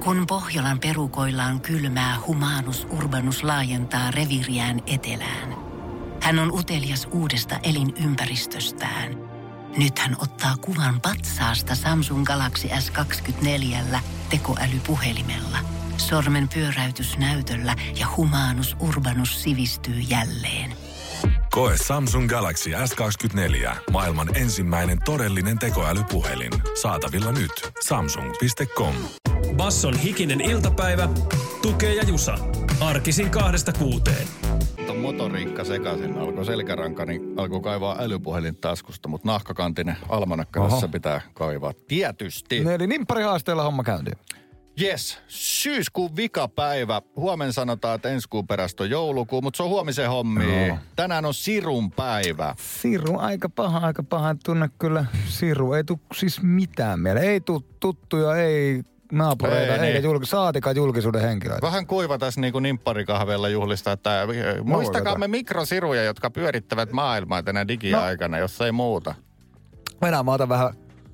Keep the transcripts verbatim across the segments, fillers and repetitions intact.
Kun Pohjolan perukoillaan kylmää, Humanus Urbanus laajentaa reviiriään etelään. Hän on utelias uudesta elinympäristöstään. Nyt hän ottaa kuvan patsaasta Samsung Galaxy S kaksikymmentäneljä tekoälypuhelimella. Sormen pyöräytys näytöllä ja Humanus Urbanus sivistyy jälleen. Koe Samsung Galaxy S kaksikymmentäneljä. Maailman ensimmäinen todellinen tekoälypuhelin. Saatavilla nyt. samsung piste com. Basson hikinen iltapäivä. Tukee ja Jusa. Arkisin kahdesta kuuteen. Tuon motoriikka sekaisin. Alkoi selkäranka, niin alkoi kaivaa älypuhelin taskusta, mutta nahkakantinen almanakka tässä pitää kaivaa. Tietysti. Eli nimpparihaasteella homma käyntiin. Yes, syyskuun vikapäivä. Huomen sanotaan, että ensi kuun perästä on joulukuu, mutta se on huomisen hommi. No. Tänään on Sirun päivä. Siru, aika paha, aika paha. Tunne kyllä Siru. Ei tule siis mitään mieleen. Ei tule tuttuja, ei naapureita, ei, eikä niin. julk- saatikaan julkisuuden henkilöitä. Vähän kuiva tässä niin kuin nimpparikahvella juhlista, että muistakaa me mikrosiruja, jotka pyörittävät maailmaa tänä digiaikana, no. jos ei muuta. Mennään, mä otan vähän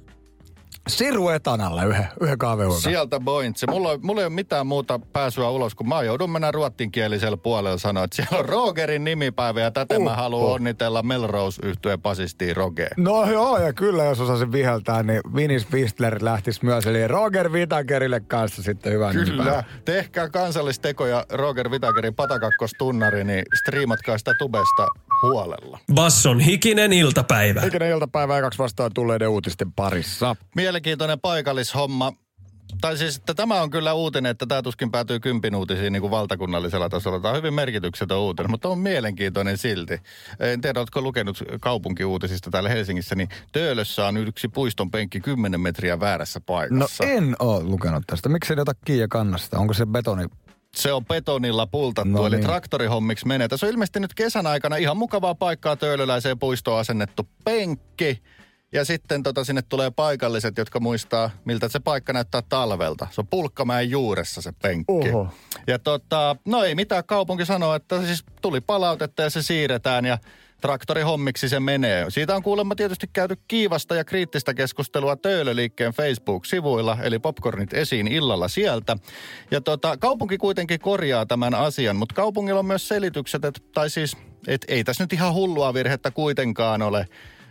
Siru etanalle yhden, yhden kahvehuokan. Sieltä pointsi. Mulla, mulla ei ole mitään muuta pääsyä ulos, kun mä joudun mennä ruottinkielisellä puolella sanoa, että siellä on Rogerin nimipäivä ja täten uh, mä haluan uh. onnitella Melrose-yhtyeen basistia Rogea. No joo, ja kyllä jos osasin viheltää, niin Vinis Pistler lähtisi myös, eli Roger Whittakerille kanssa sitten hyvän Kyllä. nimipäivä. Tehkää kansallistekoja Roger Whittakerin patakakkos-tunnari, niin striimatkaa sitä tubesta huolella. Basson hikinen iltapäivä. Hikinen iltapäivä ja kaksi vastaan tulleiden uutisten parissa. Mielenkiintoinen paikallishomma. Tai siis, että tämä on kyllä uutinen, että tämä tuskin päätyy kympin uutisiin niin kuin valtakunnallisella tasolla. Tämä on hyvin merkityksetön uutinen, mutta on mielenkiintoinen silti. En tiedä, oletko lukenut kaupunkiuutisista täällä Helsingissä, niin Töölössä on yksi puiston penkki kymmenen metriä väärässä paikassa. No en ole lukenut tästä. Miksi ei ota kiinni kannasta? Onko se betoni? Se on betonilla pultattu, no eli niin. traktorihommiksi menee. Tässä on ilmeisesti nyt kesän aikana ihan mukavaa paikkaa töölöläiseen puistoon asennettu penkki. Ja sitten tota, sinne tulee paikalliset, jotka muistaa, miltä se paikka näyttää talvelta. Se on Pulkkamäen juuressa se penkki. Oho. Ja tota, no ei mitään, kaupunki sanoo, että siis tuli palautetta ja se siirretään ja traktorihommiksi se menee. Siitä on kuulemma tietysti käyty kiivasta ja kriittistä keskustelua Töölöliikkeen Facebook-sivuilla, eli Popcornit esiin illalla sieltä. Ja tota, kaupunki kuitenkin korjaa tämän asian, mutta kaupungilla on myös selitykset, että, tai siis, että ei tässä nyt ihan hullua virhettä kuitenkaan ole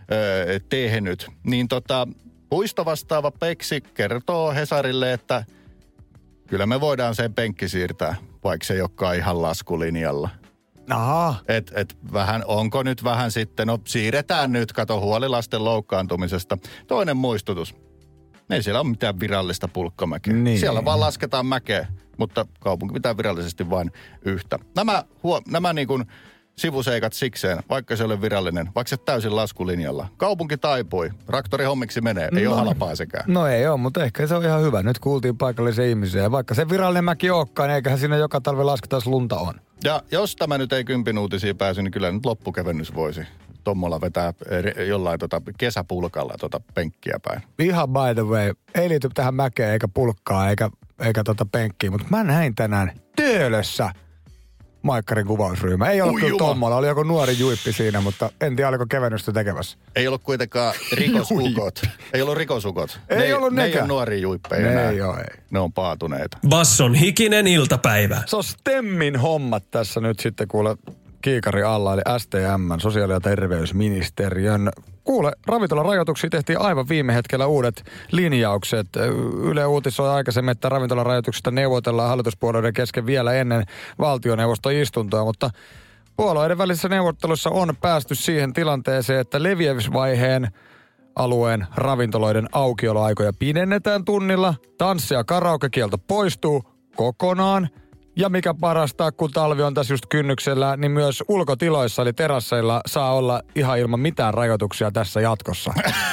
öö, tehnyt. Niin tota, puisto vastaava Peksi kertoo Hesarille, että kyllä me voidaan sen penkki siirtää, vaikka se ei olekaan ihan laskulinjalla. Aha. Et, et vähän, onko nyt vähän sitten, no siirretään nyt, kato huoli lasten loukkaantumisesta. Toinen muistutus, ei siellä ole mitään virallista pulkkamäkeä. Niin. Siellä vaan lasketaan mäkeä, mutta kaupunki pitää virallisesti vain yhtä. Nämä, huo, nämä niin kuin sivuseikat sikseen, vaikka se ole virallinen, vaikka se täysin laskulinjalla. Kaupunki taipui, traktorihommiksi menee, ei no, ole halpaa sekään. No ei ole, mutta ehkä se on ihan hyvä. Nyt kuultiin paikallisia ihmisiä, ja vaikka se virallinen mäki olekaan, eiköhän siinä joka talve lasketaan lunta on. Ja jos tämä nyt ei kympin uutisia pääsy, niin kyllä nyt loppukevennys voisi Tommola vetää jollain tota kesäpulkalla tota penkkiä päin. Ihan by the way, ei liity tähän mäkeen eikä pulkkaa eikä, eikä tota penkkiä, mutta mä näin tänään Töölössä Maikkarin kuvausryhmä. Ei ollut Ui kyllä Tommola, oli joku nuori juippi siinä, mutta en tiedä oliko kevennystä tekemässä. Ei ollut kuitenkaan rikosukot. ei ollut rikosukot. Ei ne, ollut nekään. Ne ei ole nuoria juippeja ne enää. Ei ole, ei. Ne on paatuneita. Basson hikinen iltapäivä. Se on Stemmin hommat tässä nyt sitten kuule kiikari alla, eli S T M, sosiaali- ja terveysministeriön. Kuule, ravintolarajoituksia tehtiin aivan viime hetkellä uudet linjaukset. Yle uutisoi aikaisemmin, että ravintolarajoituksista neuvotellaan hallituspuolueiden kesken vielä ennen valtioneuvoston istuntoa, mutta puolueiden välisissä neuvotteluissa on päästy siihen tilanteeseen, että leviämisvaiheen alueen ravintoloiden aukioloaikoja pidennetään tunnilla, tanssi- ja karaokekielto poistuu kokonaan. Ja mikä parasta, kun talvi on tässä just kynnyksellä, niin myös ulkotiloissa eli terasseilla saa olla ihan ilman mitään rajoituksia tässä jatkossa.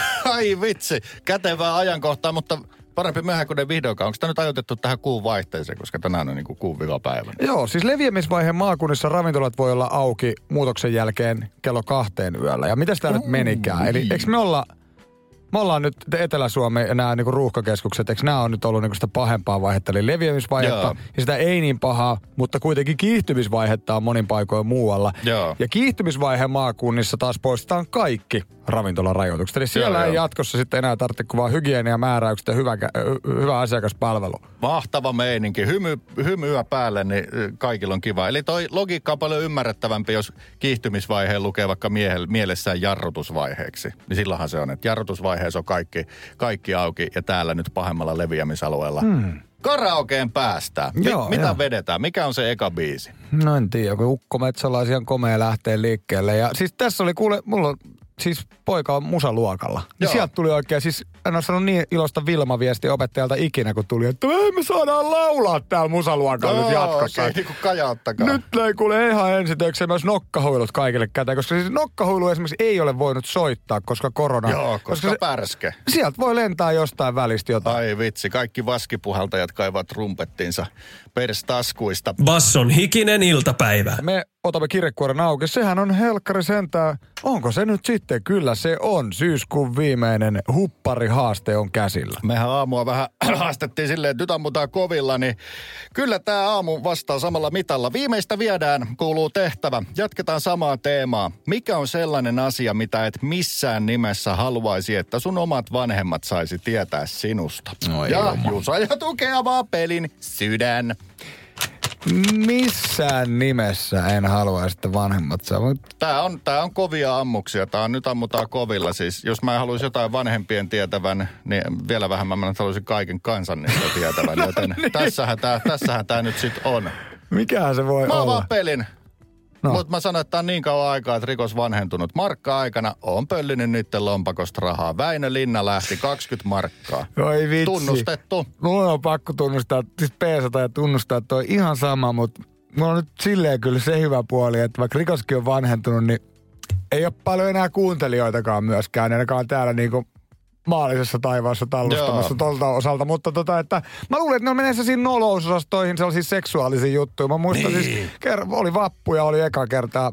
Ai vitsi, kätevää ajankohtaa, mutta parempi myöhään kuin ne vihdoinkaan. Onko tämä nyt ajoitettu tähän kuun vaihteeseen, koska tänään on niin kuin kuun vivapäivä? Joo, siis leviämisvaiheen maakunnissa ravintolat voi olla auki muutoksen jälkeen kello kahteen yöllä. Ja miten tämä nyt menikään? Eli eikö me olla... Me ollaan nyt Etelä-Suomi ja nämä niinku ruuhkakeskukset, eikö nämä on nyt ollut niinku sitä pahempaa vaihetta, eli leviämisvaihetta, Joo. ja sitä ei niin pahaa, mutta kuitenkin kiihtymisvaihetta on monin paikoin muualla. Joo. Ja kiihtymisvaiheen maakunnissa taas poistetaan kaikki ravintolarajoitukset. Eli siellä joo, ei joo. jatkossa sitten enää tarvitse kuin vaan hygieniamääräykset ja hyvä, hyvä asiakaspalvelu. Mahtava meininki. Hymy, hymyä päälle, niin kaikilla on kiva. Eli toi logiikka on paljon ymmärrettävämpi, jos kiihtymisvaiheen lukee vaikka miehel, mielessään jarrutusvaiheeksi. Niin silloinhan se on, että jarrutusvaiheessa on kaikki, kaikki auki ja täällä nyt pahemmalla leviämisalueella. Hmm. Karaokeen päästään. Mi- joo, mitä joo. vedetään? Mikä on se eka biisi? No en tiedä, kun Ukko Metsalaisia on komea lähtee liikkeelle. Ja siis tässä oli kuule, mulla on siis poika on musaluokalla. Ja sieltä tuli oikein, siis en ole sanonut niin ilosta Vilma-viestiä opettajalta ikinä, kun tuli, että me saadaan laulaa täällä musaluokalla nyt jatkossa. Okei, okay, niin kuin kajauttakaa. Nyt ei kuule ihan ensitöikseen myös nokkahuilut kaikille käteen, koska siis nokkahuilu esimerkiksi ei ole voinut soittaa, koska korona. Joo, koska, koska se, pärske. Sieltä voi lentää jostain välistä jotain. Ai vitsi, kaikki vaskipuhaltajat kaivat rumpettinsa perstaskuista. Basson hikinen iltapäivä. Me otamme kirjekuoren auki. Sehän on helkkari sentään. Onko se nyt sitten? Kyllä se on. Syyskuun viimeinen hupparihaaste on käsillä. Mehän aamua vähän haastettiin silleen, että nyt ammutaan kovilla, niin kyllä tämä aamu vastaa samalla mitalla. Viimeistä viedään, kuuluu tehtävä. Jatketaan samaa teemaa. Mikä on sellainen asia, mitä et missään nimessä haluaisi, että sun omat vanhemmat saisi tietää sinusta? No ja Jusa ja tukevaa pelin sydän. Missään nimessä en halua, että vanhemmat saa. Tää on, tää on kovia ammuksia. Tää on, nyt ammutaan kovilla. Siis, jos mä haluaisin jotain vanhempien tietävän, niin vielä vähemmän mä haluaisin kaiken kansan niistä tietävän. Joten niin. tässähän, tää, tässähän tää nyt sit on. Mikähän se voi mä olla? Mä vaan pelin. No. Mutta mä sanoin, että tää on niin kauan aikaa, että rikos vanhentunut. Markka-aikana on pöllinyt niitten lompakosta rahaa. Väinö Linna lähti kaksikymmentä markkaa. Oi vitsi. Tunnustettu. Mulla on pakko tunnustaa, siis peesata ja tunnustaa, että toi ihan sama, mutta mulla on nyt silleen kyllä se hyvä puoli, että vaikka rikoskin on vanhentunut, niin ei ole paljon enää kuuntelijoitakaan myöskään, ainakaan täällä niinku maallisessa taivaassa tallustamassa tolta osalta, mutta tota, että mä luulen, että ne menee siinä nolousosastoihin sellaisiin seksuaalisiin juttuihin. Mä muistan niin. siis, ker- oli vappu ja oli eka kertaa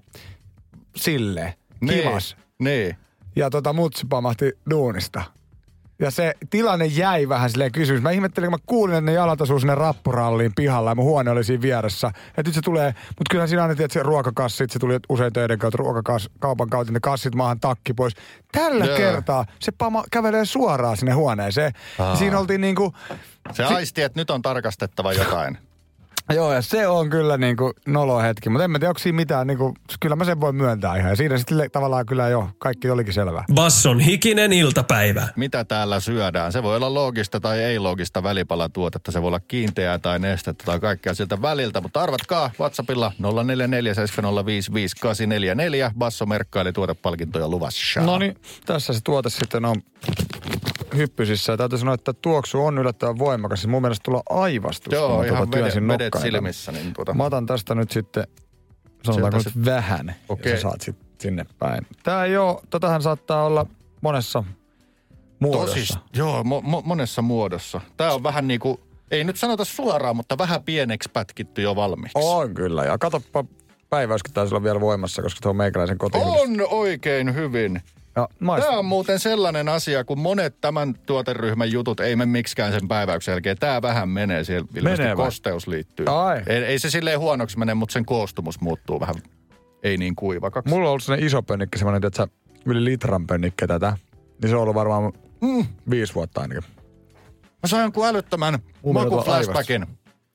silleen, niin. kivas. Niin. Ja tota mutsi pamahti duunista. Ja se tilanne jäi vähän silleen kysymys. Mä ihmettelin, kun mä kuulin, että ne jalat asuu sinne rappuralliin pihalla ja mun huone oli siinä vieressä. Että nyt se tulee, mutta kyllähän siinä aina tiedät se ruokakassit, se tuli usein töiden kautta, ruokakaupan kautta, ne kassit maahan takki pois. Tällä Joo. kertaa se pama kävelee suoraan sinne huoneeseen. Ja siinä oltiin niinku... Se si- aisti, että nyt on tarkastettava jotain. Joo, ja se on kyllä niinku nolo hetki, mutta en mä tiedä, onko siinä mitään, niinku, kyllä mä sen voin myöntää ihan. Ja siinä sitten tavallaan kyllä jo, kaikki olikin selvää. Basson hikinen iltapäivä. Mitä täällä syödään? Se voi olla loogista tai ei-loogista välipalatuotetta. Se voi olla kiinteää tai nestettä tai kaikkea sieltä väliltä. Mutta arvatkaa WhatsAppilla nolla neljä neljä seitsemän nolla viisi viisi kahdeksan neljä neljä. Basso merkkaili tuotepalkintoja luvassa. No niin, tässä se tuote sitten on hyppysissä. Ja täytyy sanoa, että tuoksu on yllättävän voimakas. Siis mun mielestä tulla aivastus. Joo, ihan tuota vedet, vedet silmissä. Niin tuota. Mä otan tästä nyt sitten, sanotaanko nyt sit vähän, okay. ja sä saat sit sinne päin. Tää ei oo, tätähän saattaa olla monessa muodossa. Tosis, joo, mo, mo, monessa muodossa. Tää on vähän niinku, ei nyt sanota suoraan, mutta vähän pieneksi pätkitty jo valmiiksi. On kyllä, ja katoppa päiväyskin taisi olla vielä voimassa, koska se on meikäläisen kotihyydys. On oikein hyvin. Ja, Tämä on muuten sellainen asia, kun monet tämän tuoteryhmän jutut ei mene miksikään sen päiväyksen jälkeen. Tämä vähän menee, siellä ilmeisesti kosteus liittyy. Ei, ei se silleen huonoksi mene, mutta sen koostumus muuttuu vähän, ei niin kuivakaksi. Mulla on ollut sellainen iso pönnikki, semmoinen, että yli litran pönnikki tätä. Niin se on ollut varmaan mm, viisi vuotta ainakin. Mä sain jonkun älyttömän maku-flashbackin.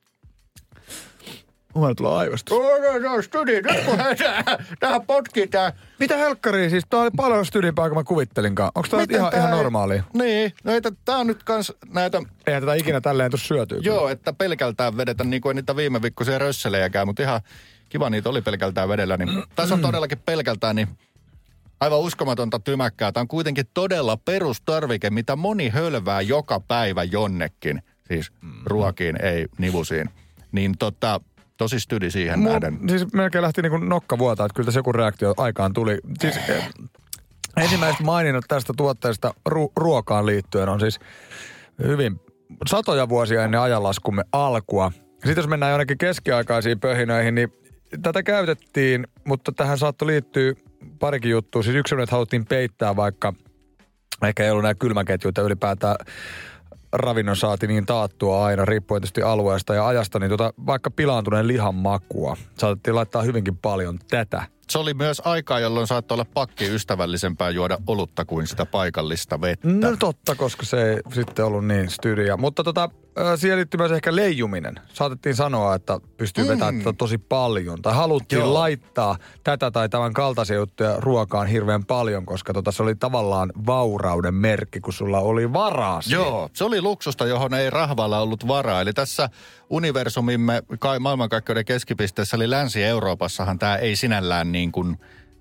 Mulla tulee aivastus. Oi, no, studi, nyt kun tähän potkii tää. Mitä helkkaria siis? Tää oli paljon studimpaa, kun mä kuvittelinkaan. Onks tää ihan, ihan normaalia? Niin, no että tää on nyt kans näitä... Eihän tätä ikinä tälleen tuu syötyä. Joo, kyllä. Että pelkältään vedetä niin kuin niitä viime viikkoisia rösselejäkään, mutta ihan kiva niitä oli pelkältään vedellä. Niin tässä on todellakin pelkältään niin aivan uskomatonta tymäkkää. Tää on kuitenkin todella perustarvike, mitä moni hölvää joka päivä jonnekin. Siis ruokiin, ei nivusiin. Niin tota... Tosi stydi siihen Mu- nähden. Siis melkein lähti niin kuin nokka vuotaa, että kyllä tässä joku reaktio aikaan tuli. Siis eh, ensimmäiset maininnat tästä tuotteesta ru- ruokaan liittyen on siis hyvin satoja vuosia ennen ajanlaskumme alkua. Sitten jos mennään jonnekin keskiaikaisiin pöhinöihin, niin tätä käytettiin, mutta tähän saattoi liittyä parikin juttua. Siis yksi on, että haluttiin peittää vaikka, ehkä ei ollut nämä kylmäketjuita ylipäätään, ravinnon saati niin taattua aina, riippuen tietysti alueesta ja ajasta, niin tuota, vaikka pilaantuneen lihan makua, saatettiin laittaa hyvinkin paljon tätä Se oli myös aikaa, jolloin saattoi olla pakki ystävällisempää juoda olutta kuin sitä paikallista vettä. No totta, koska se ei sitten ollut niin styria. Mutta tota, siihen liittyy myös ehkä leijuminen. Saatettiin sanoa, että pystyy mm. vetämään tätä tosi paljon. Tai haluttiin Joo. laittaa tätä tai tämän kaltaisia juttuja ruokaan hirveän paljon, koska tota, se oli tavallaan vaurauden merkki, kun sulla oli varaa siihen. Joo, se oli luksusta, johon ei rahvalla ollut varaa. Eli tässä universumimme maailmankaikkeuden keskipisteessä, eli Länsi-Euroopassahan tämä ei sinällään niin kuin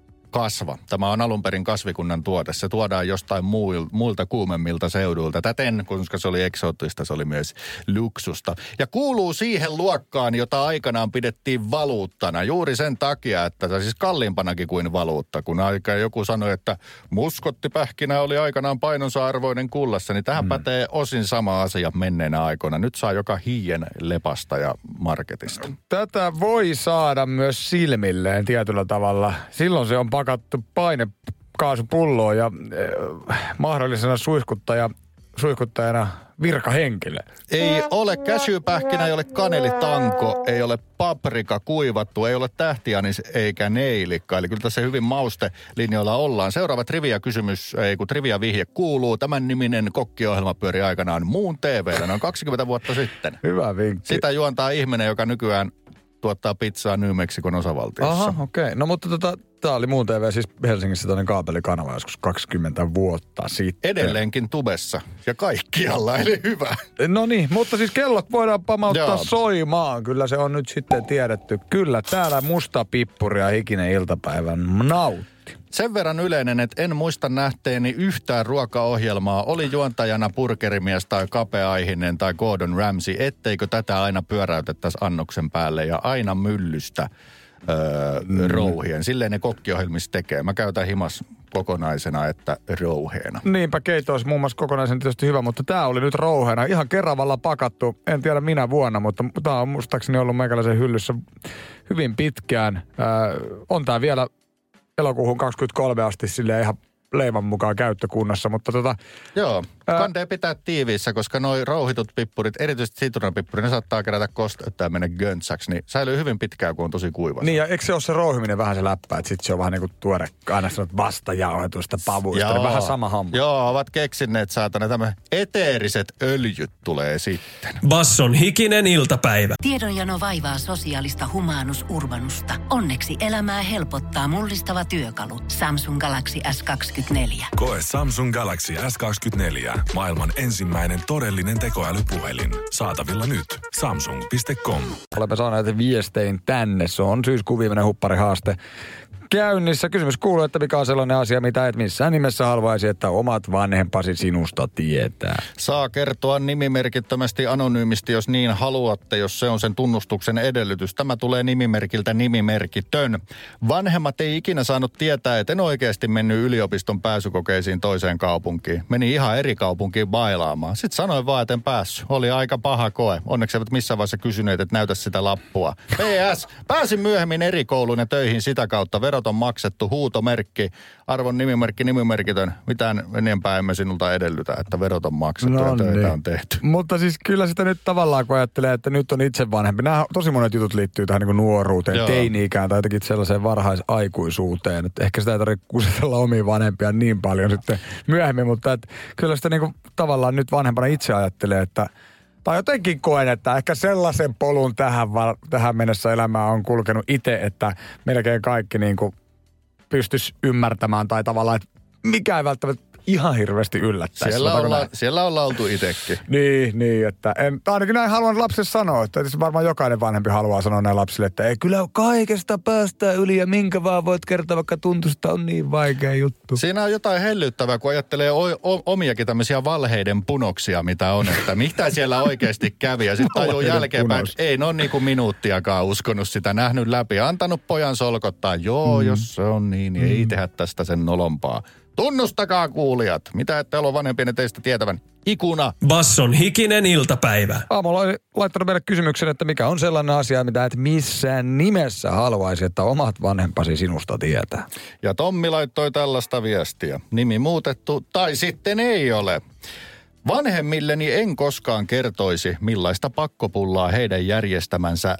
kasva. Tämä on alun perin kasvikunnan tuote. Se tuodaan jostain muilta kuumemmilta seuduilta. Täten, koska se oli eksoottista, se oli myös luksusta. Ja kuuluu siihen luokkaan, jota aikanaan pidettiin valuuttana. Juuri sen takia, että se siis kalliimpanakin kuin valuutta. Kun aika joku sanoi, että muskottipähkinä oli aikanaan painonsa arvoinen kullassa, niin tähän mm. pätee osin sama asia menneenä aikoina. Nyt saa joka hien lepasta ja marketista. Tätä voi saada myös silmilleen tietyllä tavalla. Silloin se on pakattu painekaasupulloon ja äh, mahdollisena suihkuttaja, suihkuttajana virkahenkilö. Ei ole käsypähkinä, ei ole kanelitanko, ei ole paprika kuivattu, ei ole tähtianis eikä neilikka. Eli kyllä tässä hyvin maustelinjoilla ollaan. Seuraava trivia-kysymys, ei kun trivia-vihje kuuluu. Tämän niminen kokkiohjelma pyöri aikanaan Muun T V:llä noin kaksikymmentä vuotta sitten. Hyvä vinkki. Sitä juontaa ihminen, joka nykyään tuottaa pizzaa New Mexicon osavaltiossa. Aha, okei. Okay. No mutta tota, tää oli Muun T V siis Helsingissä toinen kaapelikanava joskus kaksikymmentä vuotta sitten. Edelleenkin tubessa ja kaikkialla, eli hyvä. No niin, mutta siis kellot voidaan pamauttaa Joo. soimaan. Kyllä se on nyt sitten tiedetty. Kyllä täällä musta pippuri ja hikinen iltapäivän nautti. Sen verran yleinen, että en muista nähteeni yhtään ruokaohjelmaa, oli juontajana burgerimies tai kapeaihinen tai Gordon Ramsay, etteikö tätä aina pyöräytettäisi annoksen päälle ja aina myllystä öö, mm. rouhien. Silleen ne kokkiohjelmissa tekee. Mä käytän himas kokonaisena, että rouheena. Niinpä keito olisi muun muassa kokonaisen tietysti hyvä, mutta tää oli nyt rouheena. Ihan Keravalla pakattu, en tiedä minä vuonna, mutta tää on muistaakseni ollut meikäläisen hyllyssä hyvin pitkään. Öö, on tää vielä elokuuhun kaksikymmentäkolme asti silleen ihan leivän mukaan käyttökunnassa, mutta tota... Joo, kandee pitää tiiviissä, koska noi rouhitut pippurit, erityisesti sitruunapippuri, ne saattaa kerätä kosteutta ja mennä göntsäksi, niin säilyy hyvin pitkään, kun on tosi kuiva. Niin, ja eikö se ole se rouhiminen vähän se läppä, että sit se on vähän niin kuin tuore, aina sanot vastajauhetusta pavuista, niin vähän sama homma. Joo, ovat keksineet saatana, tämmöinen eteeriset öljyt tulee sitten. Basson hikinen iltapäivä. Tiedonjano vaivaa sosiaalista humanus urbanusta. Onneksi elämää helpottaa mullistava työkalu. Samsung Galaxy S kaksikymmentäneljä. Koe Samsung Galaxy S kaksikymmentäneljä. Maailman ensimmäinen todellinen tekoälypuhelin. Saatavilla nyt. Samsung piste com. Olemme saaneet viestein tänne. Se on syyskuun viimeinen hupparihaaste käynnissä. Kysymys kuuluu, että mikä on sellainen asia, mitä et missään nimessä haluaisi, että omat vanhempasi sinusta tietää. Saa kertoa nimimerkittömästi anonyymisti, jos niin haluatte, jos se on sen tunnustuksen edellytys. Tämä tulee nimimerkiltä nimimerkitön. Vanhemmat ei ikinä saanut tietää, että en oikeasti mennyt yliopiston pääsykokeisiin toiseen kaupunkiin. Meni ihan eri kaupunkiin bailaamaan. Sitten sanoin vaan, että en päässyt. Oli aika paha koe. Onneksi eivät missään vaiheessa kysyneet, että näytä sitä lappua. P S. Pääsin myöhemmin eri kouluun ja töihin sitä kautta. Verot on maksettu, huutomerkki, arvon nimimerkki, nimimerkitön. Mitään enempää emme sinulta edellytä, että verot on maksettu no ja töitä niin. on tehty. Mutta siis kyllä sitä nyt tavallaan, kun ajattelee, että nyt on itse vanhempi. Nämä tosi monet jutut liittyy tähän niin kuin nuoruuteen, Joo. teini-ikään tai jotenkin sellaiseen varhaisaikuisuuteen. Että ehkä sitä ei tarvitse kusetella omiin vanhempia niin paljon sitten myöhemmin, mutta että kyllä sitä niin kuin tavallaan nyt vanhempana itse ajattelee, että tai jotenkin koen, että ehkä sellaisen polun tähän, tähän mennessä elämää on kulkenut itse, että melkein kaikki niin kuin pystyisi ymmärtämään tai tavallaan, että mikä ei välttämättä ihan hirveästi yllättäisi. Siellä, olla, siellä ollaan oltu itsekin. niin, niin, että en, ainakin näin haluan lapsille sanoa, että varmaan jokainen vanhempi haluaa sanoa näin lapsille, että ei kyllä kaikesta päästä yli ja minkä vaan voit kertoa, vaikka tuntusta on niin vaikea juttu. Siinä on jotain hellyttävää, kun ajattelee o- o- omiakin tämmöisiä valheiden punoksia, mitä on, että mitä siellä oikeasti kävi. Ja sitten tajuu jälkeenpäin, ei ne ole niin kuin minuuttiakaan uskonut sitä, nähnyt läpi, antanut pojan solkottaa. Joo, mm. jos se on niin, niin mm. ei tehdä tästä sen nolompaa. Tunnustakaa kuulijat. Mitä ette ole vanhempien teistä tietävän? Ikuna. Basson hikinen iltapäivä. Aamulla oli laittanut meille kysymyksen, että mikä on sellainen asia, mitä et missään nimessä haluaisi, että omat vanhempasi sinusta tietää. Ja Tommi laittoi tällaista viestiä. Nimi muutettu tai sitten ei ole. Vanhemmilleni en koskaan kertoisi, millaista pakkopullaa heidän järjestämänsä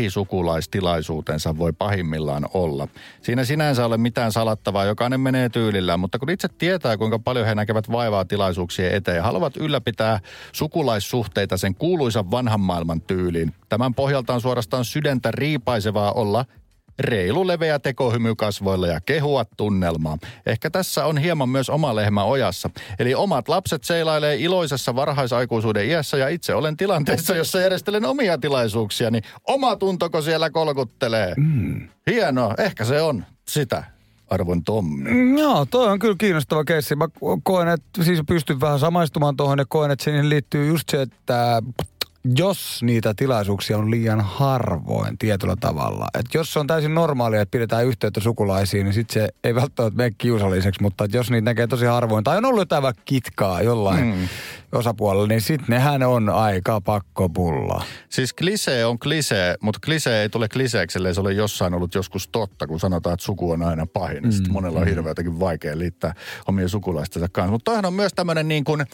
lähisukulaistilaisuutensa voi pahimmillaan olla. Siinä sinänsä ole mitään salattavaa, jokainen menee tyylillään, mutta kun itse tietää, kuinka paljon he näkevät vaivaa tilaisuuksien eteen ja haluavat ylläpitää sukulaissuhteita sen kuuluisan vanhan maailman tyyliin. Tämän pohjalta on suorastaan sydäntä riipaisevaa olla reilu leveä tekohymy kasvoilla ja kehua tunnelmaa. Ehkä tässä on hieman myös oma lehmä ojassa. Eli omat lapset seilailee iloisessa varhaisaikuisuuden iässä ja itse olen tilanteessa, jossa järjestelen omia tilaisuuksia, niin oma tuntoko siellä kolkuttelee. Mm. Hienoa, ehkä se on sitä. Arvon Tommi. Mm, joo, toi on kyllä kiinnostava keissi. Mä koen, että siis pystyn vähän samaistumaan tuohon ja koen, että siihen liittyy just se, että jos niitä tilaisuuksia on liian harvoin tietyllä tavalla. Että jos se on täysin normaalia, että pidetään yhteyttä sukulaisiin, niin sitten se ei välttämättä mene kiusalliseksi. Mutta jos niitä näkee tosi harvoin, tai on ollut jotain vaikka kitkaa jollain mm. osapuolella, niin sitten nehän on aika pakkopulla. Siis klisee on klisee, mutta klisee ei tule kliseeksi, ellei se ole jossain ollut joskus totta, kun sanotaan, että suku on aina pahin. Mm. Sitten monella on hirveän jotenkin vaikea liittää omien sukulaistensa kanssa. Mutta toihan on myös tämmöinen niin kuin,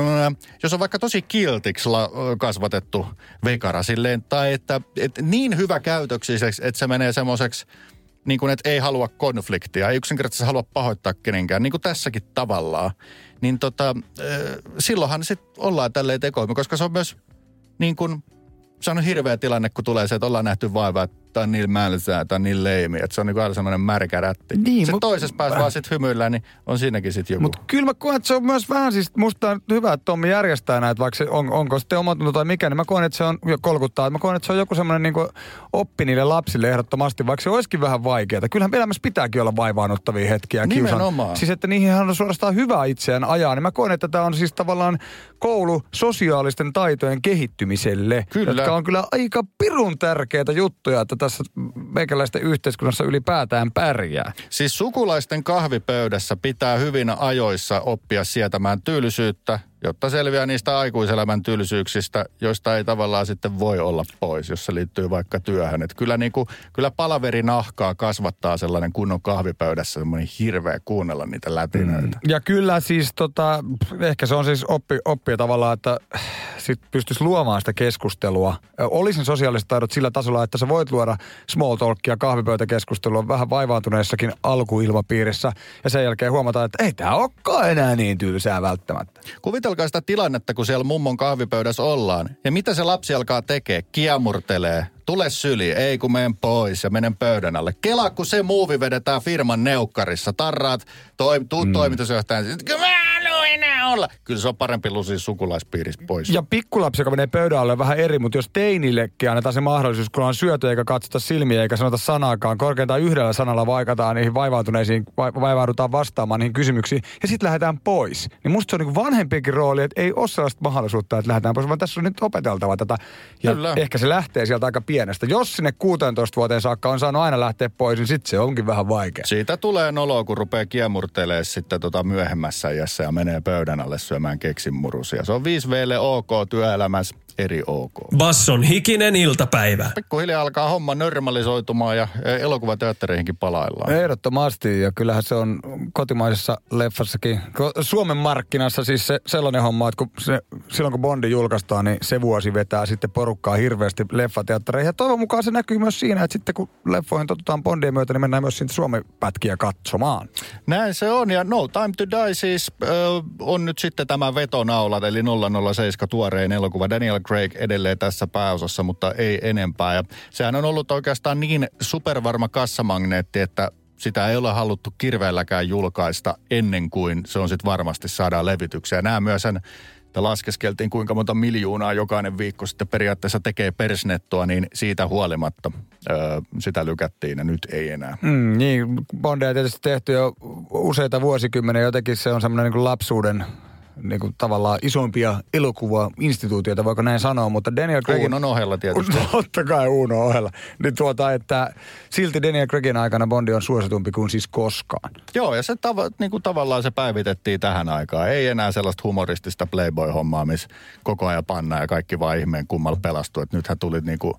jos on vaikka tosi kiltiksi kasvatettu vekara silleen, tai että, että niin hyvä käytöksiseksi, että se menee semmoiseksi, niin kuin, että ei halua konfliktia, ei yksinkertaisesti halua pahoittaa kenenkään, niin kuin tässäkin tavallaan. Niin tota, silloinhan sitten ollaan tälleen tekoimme, koska se on myös niin kuin, se on hirveä tilanne, kun tulee se, että ollaan nähty vaivaa, että tämä on niin mälsää, tämä on niin leimi, että se on niin kuin aina semmoinen märkä rätti. Niin, sitten mut, toisessa päässä vaan sitten hymyillään, niin on siinäkin sitten joku. Mutta kyllä mä koen, että se on myös vähän siis, musta on hyvä, että Tommi järjestää näitä, vaikka se on, onko sitten omatunto tai mikä, niin mä koen, että se on kolkuttaa. Mä koen, että se on joku semmoinen niin kuin oppi niille lapsille ehdottomasti, vaikka se olisikin vähän vaikeaa. Kyllähän elämässä pitääkin olla vaivaannuttavia hetkiä. Nimenomaan. Siis, että niihin on suorastaan hyvä itseään ajaa, niin mä koen, että tämä on siis tavallaan koulu sosiaalisten taitojen kehittymiselle, kyllä. Jotka on kyllä aika pirun tärkeitä juttuja, että tässä meikäläisten yhteiskunnassa ylipäätään pärjää. Siis sukulaisten kahvipöydässä pitää hyvin ajoissa oppia sietämään tyylisyyttä, jotta selviää niistä aikuiselämän tylsyyksistä, joista ei tavallaan sitten voi olla pois, jos se liittyy vaikka työhön. Että kyllä, niin kuin, kyllä palaverinahkaa kasvattaa sellainen kunnon kahvipöydässä, semmoinen hirveä kuunnella niitä lätinöitä. Mm. Ja kyllä siis tota, ehkä se on siis oppi, oppia tavallaan, että sit pystyisi luomaan sitä keskustelua. Olisin sosiaaliset taidot sillä tasolla, että sä voit luoda small talkia, kahvipöytäkeskustelua vähän vaivaantuneessakin alkuilmapiirissä ja sen jälkeen huomata, että ei tää olekaan enää niin tylsää välttämättä. Kuvitelkaa sitä tilannetta, kun siellä mummon kahvipöydässä ollaan. Ja mitä se lapsi alkaa tekee? Kiemurtelee. Tule syli, ei kun menen pois ja menen pöydän alle. Kela, kun se muuvi vedetään firman neukkarissa. Tarraat, toi, tuu mm. toimitusjohtajan. Kyllä mä haluan enää olla. Kyllä se on parempi lusia sukulaispiirissä pois. Ja pikkulapsi, joka menee pöydän alle, on vähän eri, mutta jos teinillekin annetaan se mahdollisuus, kun on syöty eikä katsota silmiä eikä sanota sanaakaan, korkeintaan yhdellä sanalla vaikataan niihin vaivautuneisiin, va- vaivaudutaan vastaamaan niihin kysymyksiin ja sitten lähdetään pois. Niin musta se on niin vanhempienkin rooli, että ei ole sellaista mahdollisuutta, että lähdetään pois, vaan tässä on nyt opeteltava tätä. Ja kyllä. Ehkä se lähtee sieltä aika pienestä. Jos sinne kuusitoista vuoteen saakka on saanut aina lähteä pois, niin sitten se onkin vähän vaikea. Siitä tulee noloa, kun rupeaa kiemurtelemaan sitten tota myöhemmässä iässä ja menee pöydän alle syömään keksinmurusia. Se on viisi veelle ok työelämässä, eri ok. Basson hikinen iltapäivä. Pikkuhiljaa alkaa homma normalisoitumaan ja elokuvateattereihinkin palaillaan. Ehdottomasti, ja kyllähän se on kotimaisessa leffassakin. Suomen markkinassa siis se sellainen homma, että kun se, silloin kun Bondi julkaistaan, niin se vuosi vetää sitten porukkaa hirveästi leffateattereihin. Ja toivon mukaan se näkyy myös siinä, että sitten kun leffoihin totutaan Bondien myötä, niin mennään myös sinne Suomi-pätkiä katsomaan. Näin se on, ja No Time to Die siis äh, on nyt sitten tämä vetonaulat, eli nolla nolla seitsemän tuorein elokuva. Daniel Craig edelleen tässä pääosassa, mutta ei enempää. Ja sehän on ollut oikeastaan niin supervarma kassamagneetti, että sitä ei ole haluttu kirveelläkään julkaista ennen kuin se on sitten varmasti saadaan levityksiä. Nämä myös sen, että laskeskeltiin kuinka monta miljoonaa jokainen viikko sitten periaatteessa tekee persnettoa, niin siitä huolimatta öö, sitä lykättiin ja nyt ei enää. Mm, niin, Bondia tietysti tehty jo useita vuosikymmeniä, jotenkin se on semmoinen niin kuin lapsuuden niin kuin tavallaan isompia elokuva-instituutioita, voiko näin sanoa, mutta Daniel Craigin... Unon ohella tietysti. Totta kai Unon ohella. Niin tuota, että silti Daniel Craigin aikana Bondi on suositumpi kuin siis koskaan. Joo, ja se tava, niin kuin tavallaan se päivitettiin tähän aikaan. Ei enää sellaista humoristista Playboy-hommaa, missä koko ajan pannaan ja kaikki vaan ihmeen kummalla pelastuu. Että nythän tuli niin kuin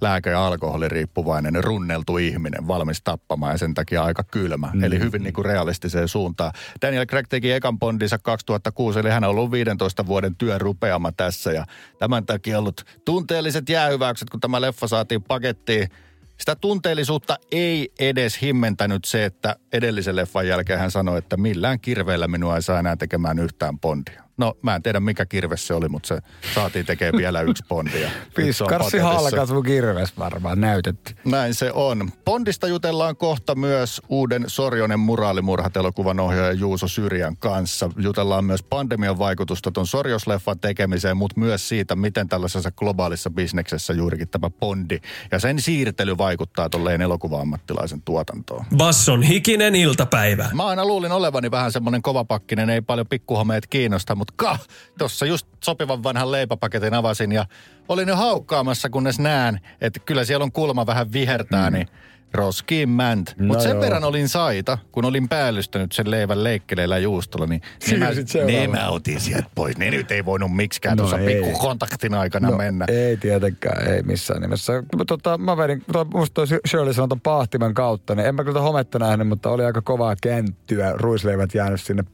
lääke- ja alkoholiriippuvainen, runneltu ihminen, valmis tappamaan ja sen takia aika kylmä. Mm. Eli hyvin niin kuin realistiseen suuntaan. Daniel Craig teki ekan Bondinsa kaksituhattakuusi, eli hän on ollut viidentoista vuoden työn rupeama tässä. Ja tämän takia ollut tunteelliset jäähyväykset, kun tämä leffa saatiin pakettiin. Sitä tunteellisuutta ei edes himmentänyt se, että edellisen leffan jälkeen hän sanoi, että millään kirveellä minua ei saa enää tekemään yhtään Bondia. No, mä en tiedä mikä kirves se oli, mutta se saatiin tekemään vielä yksi Bondia. Piskarsi halkas mun kirves varmaan näytetty. Näin se on. Bondista jutellaan kohta myös uuden Sorjonen muraalimurhat elokuvan ohjaaja Juuso Syrjän kanssa. Jutellaan myös pandemian vaikutusta ton Sorjosleffan tekemiseen, mutta myös siitä, miten tällaisessa globaalissa bisneksessä juurikin tämä Bondi ja sen siirtely vaikuttaa tolleen elokuva-ammattilaisen tuotantoon. Basson hikinen iltapäivä. Mä aina luulin olevani vähän semmonen kovapakkinen, ei paljon pikkuhomeet kiinnosta, mutta kah, tossa just sopivan vanhan leipäpaketin avasin ja olin jo haukkaamassa, kunnes näen, että kyllä siellä on kulma vähän vihertää, mm. niin roskiin mänt. No mutta sen joo. verran olin saita, kun olin päällystänyt sen leivän leikkeleillä juustolla, niin ne mä, ne mä otin sieltä pois. Ne nyt ei voinut miksikään no tuossa pikkukontaktin aikana no, mennä. Ei tietenkään, ei missään nimessä. Tota, mä vedin, musta toi Shirley sanoi ton paahtimen kautta, niin en mä kyllä hometta nähnyt, mutta oli aika kovaa känttyä. Ruisleivät jäänyt sinne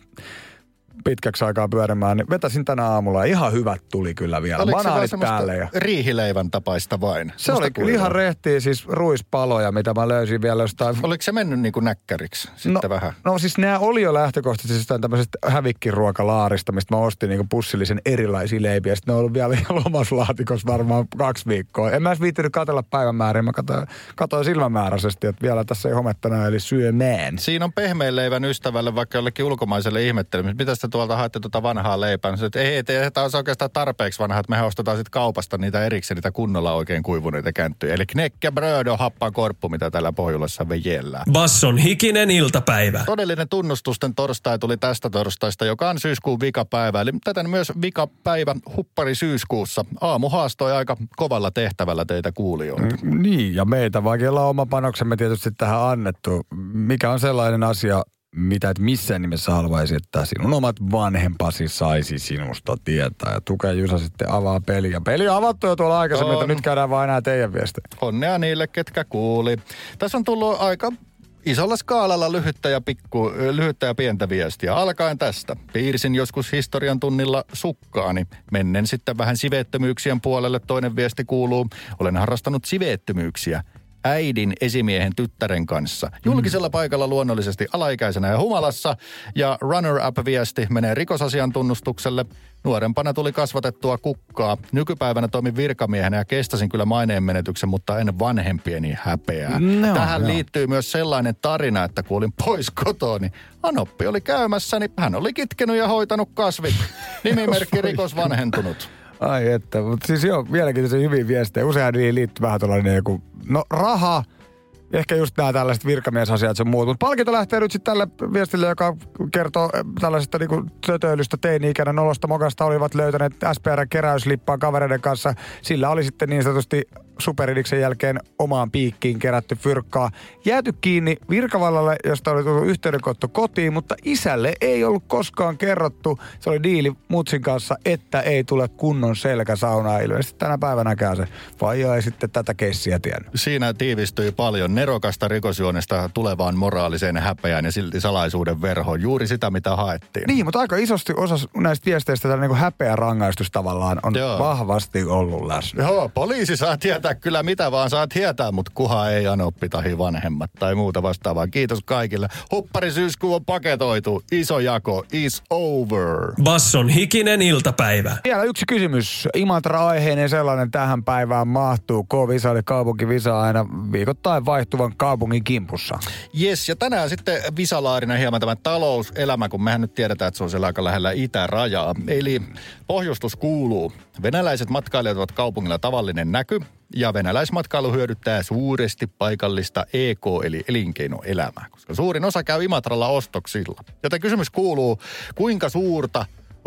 pitkäksi aikaa pyörimään, niin vetäsin tänä aamulla. Ihan hyvät tuli kyllä vielä. Oliko Banaalit se päälle. Ja riihileivän tapaista vain? se oli kyllä ihan rehtiä, siis ruispaloja, mitä mä löysin vielä jostain. Oliko se mennyt niin kuin näkkäriksi sitten no, vähän? No siis nämä oli jo lähtökohtaisesti jostain tämmöisestä hävikkiruokalaarista, mistä mä ostin niin kuin pussillisen erilaisia leipiä. Sitten ne on ollut vielä lomaslaatikossa varmaan kaksi viikkoa. En mä edes viittinyt katsella päivämääriä. Mä katsoin, katsoin silmämääräisesti, että vielä tässä ei homettana eli syömään. Siinä on pehmeän leivän ystävälle vaikka jollekin ulkomaiselle ihmettelemiselle. Mitä sitä tuolta haette tuota vanhaa leipää? No, että ei, tämä on oikeastaan tarpeeksi vanha, että mehän ostetaan sitten kaupasta niitä erikseen, niitä kunnolla oikein kuivuneita känttyjä. Eli knäckebröd on happakorppu, mitä täällä Pohjolassa vejellään. Basson hikinen iltapäivä. Todellinen tunnustusten torstai tuli tästä torstaista, joka on syyskuun vikapäivä. Eli tätä myös vikapäivä huppari syyskuussa. Aamu haastoi aika kovalla tehtävällä teitä kuulijoita. Mm, niin, ja meitä vaikka ollaan oma panoksemme tietysti tähän annettu. Mikä on sellainen asia, mitä et missään nimessä haluaisi, että sinun omat vanhempasi saisi sinusta tietää. Ja Tukea Jusa sitten avaa peliä. Peli on avattu jo tuolla aikaisemmin, että nyt käydään vaan enää teidän viestejä. Onnea niille, ketkä kuuli. Tässä on tullut aika isolla skaalalla lyhyttä ja, pikku, lyhyttä ja pientä viestiä. Alkaen tästä. Piirsin joskus historian tunnilla sukkaani. Mennen sitten vähän siveettömyyksien puolelle. Toinen viesti kuuluu, olen harrastanut siveettömyyksiä äidin esimiehen tyttären kanssa. Julkisella paikalla luonnollisesti alaikäisenä ja humalassa. Ja runner-up-viesti menee rikosasian tunnustukselle. Nuorempana tuli kasvatettua kukkaa. Nykypäivänä toimin virkamiehenä ja kestasin kyllä maineen menetyksen, mutta en vanhempieni häpeää. No, Tähän no. liittyy myös sellainen tarina, että kun olin pois kotoa, niin Anoppi oli käymässä, niin hän oli kitkenyt ja hoitanut kasvit. Nimimerkki rikos vanhentunut. Ai että, mutta siis joo, vieläkin se hyviä viestejä. Usein niihin liittyy vähän tällainen joku, no raha, ehkä just nämä tällaiset virkamiesasiat ja muut. Mutta palkinto lähtee nyt sitten tälle viestille, joka kertoo tällaisesta niinku tötöilystä teini-ikäinen nolosta mokasta. Olivat löytäneet S P R-keräyslippaan kavereiden kanssa. Sillä oli sitten niin sanotusti superidiksen jälkeen omaan piikkiin kerätty fyrkkaa. Jääty kiinni virkavallalle, josta oli tullut yhteydenotto kotiin, mutta isälle ei ollut koskaan kerrottu. Se oli diili mutsin kanssa, että ei tule kunnon selkäsaunaa. Ilmeisesti tänä päivänäkään se vaija ei sitten tätä keissiä tiennyt. Siinä tiivistyi paljon nerokasta rikosjuonesta tulevaan moraaliseen häpeään ja silti salaisuuden verhoon. Juuri sitä, mitä haettiin. Niin, mutta aika isosti osa näistä viesteistä tällainen niin häpeä rangaistus tavallaan on Joo. vahvasti ollut läsnä. Joo, poliisi saa tietää kyllä mitä vaan saa tietää, mutta kuha ei Anoppi tahi vanhemmat tai muuta vastaavaa. Kiitos kaikille. Huppari syyskuu on paketoitu. Iso jako is over. Basson hikinen iltapäivä. Vielä yksi kysymys. Imatra-aiheinen sellainen tähän päivään mahtuu. K-visa eli kaupunkivisa aina viikoittain vaihtuvan kaupungin kimpussa. Jes, ja tänään sitten visalaarina hieman tämä talouselämä, kun mehän nyt tiedetään, että se on siellä aika lähellä itärajaa. Eli pohjustus kuuluu. Venäläiset matkailijat ovat kaupungilla tavallinen näky. Ja venäläismatkailu hyödyttää suuresti paikallista E K- eli elinkeinoelämää, koska suurin osa käy Imatralla ostoksilla. Joten kysymys kuuluu, kuinka suurta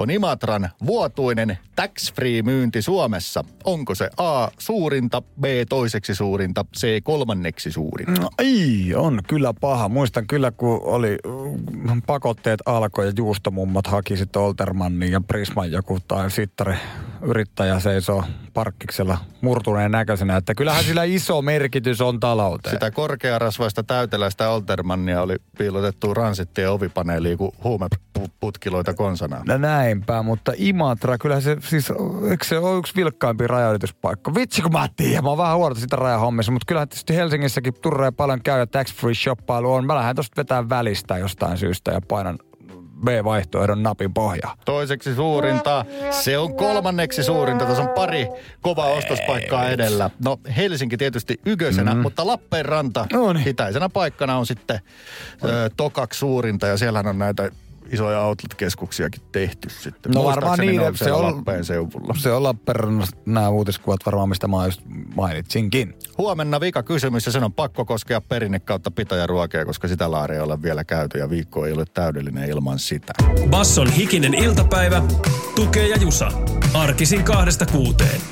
on Imatran vuotuinen tax-free myynti Suomessa? Onko se A suurinta, B toiseksi suurinta, C kolmanneksi suurinta? No, ei, on kyllä paha. Muistan kyllä, kun oli pakotteet alkoi ja juustomummat haki sitten Oltermannin ja Prisman joku tai sittari yrittäjä seisoo parkkiksella murtuneen näköisenä, että kyllähän sillä iso merkitys on talouteen. Sitä korkearasvaista täyteläistä Oltermannia oli piilotettu ransittien ovipaneeliin kuin huumeputkiloita konsanaan. No näinpä, mutta Imatra, kyllähän se siis, eikö se ole yksi vilkkaimpia rajanylityspaikka? Vitsi kun mä tiedän, mä oon vähän huolta sitä rajahommissa, mutta kyllähän tietysti Helsingissäkin turreja paljon käy ja tax-free shoppailu on. Mä lähden tosta vetää välistä jostain syystä ja painan B-vaihtoehdon napin pohjaa. Toiseksi suurinta. Se on kolmanneksi suurinta. Tässä on pari kovaa ostospaikkaa edellä. No Helsinki tietysti yköisenä, mm. mutta Lappeenranta no niin. itäisenä paikkana on sitten ö, tokaksi suurinta. Ja siellähän on näitä isoja outlet-keskuksiakin tehty sitten. No varmaan niiden, se on Lappeen seudulla. Se on Lappeenrannassa nämä uutiskuvat varmaan, mistä mä just mainitsinkin. Huomenna vika kysymys ja sen on pakko koskea perinne kautta pitäjäruokia, koska sitä laaria ei ole vielä käyty ja viikko ei ole täydellinen ilman sitä. Basson hikinen iltapäivä, Tukee ja Jusa. Arkisin kahdesta kuuteen.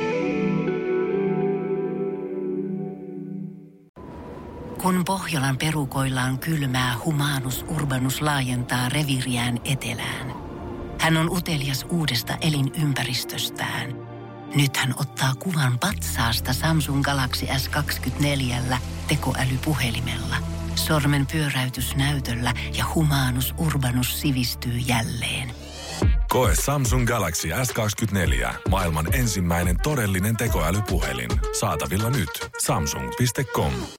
Kun Pohjolan perukoillaan kylmää, Humanus Urbanus laajentaa reviiriään etelään. Hän on utelias uudesta elinympäristöstään. Nyt hän ottaa kuvan patsaasta Samsung Galaxy S kaksikymmentäneljä tekoälypuhelimella. Sormen pyöräytys näytöllä ja Humanus Urbanus sivistyy jälleen. Koe Samsung Galaxy S kaksikymmentäneljä. Maailman ensimmäinen todellinen tekoälypuhelin. Saatavilla nyt. Samsung piste com.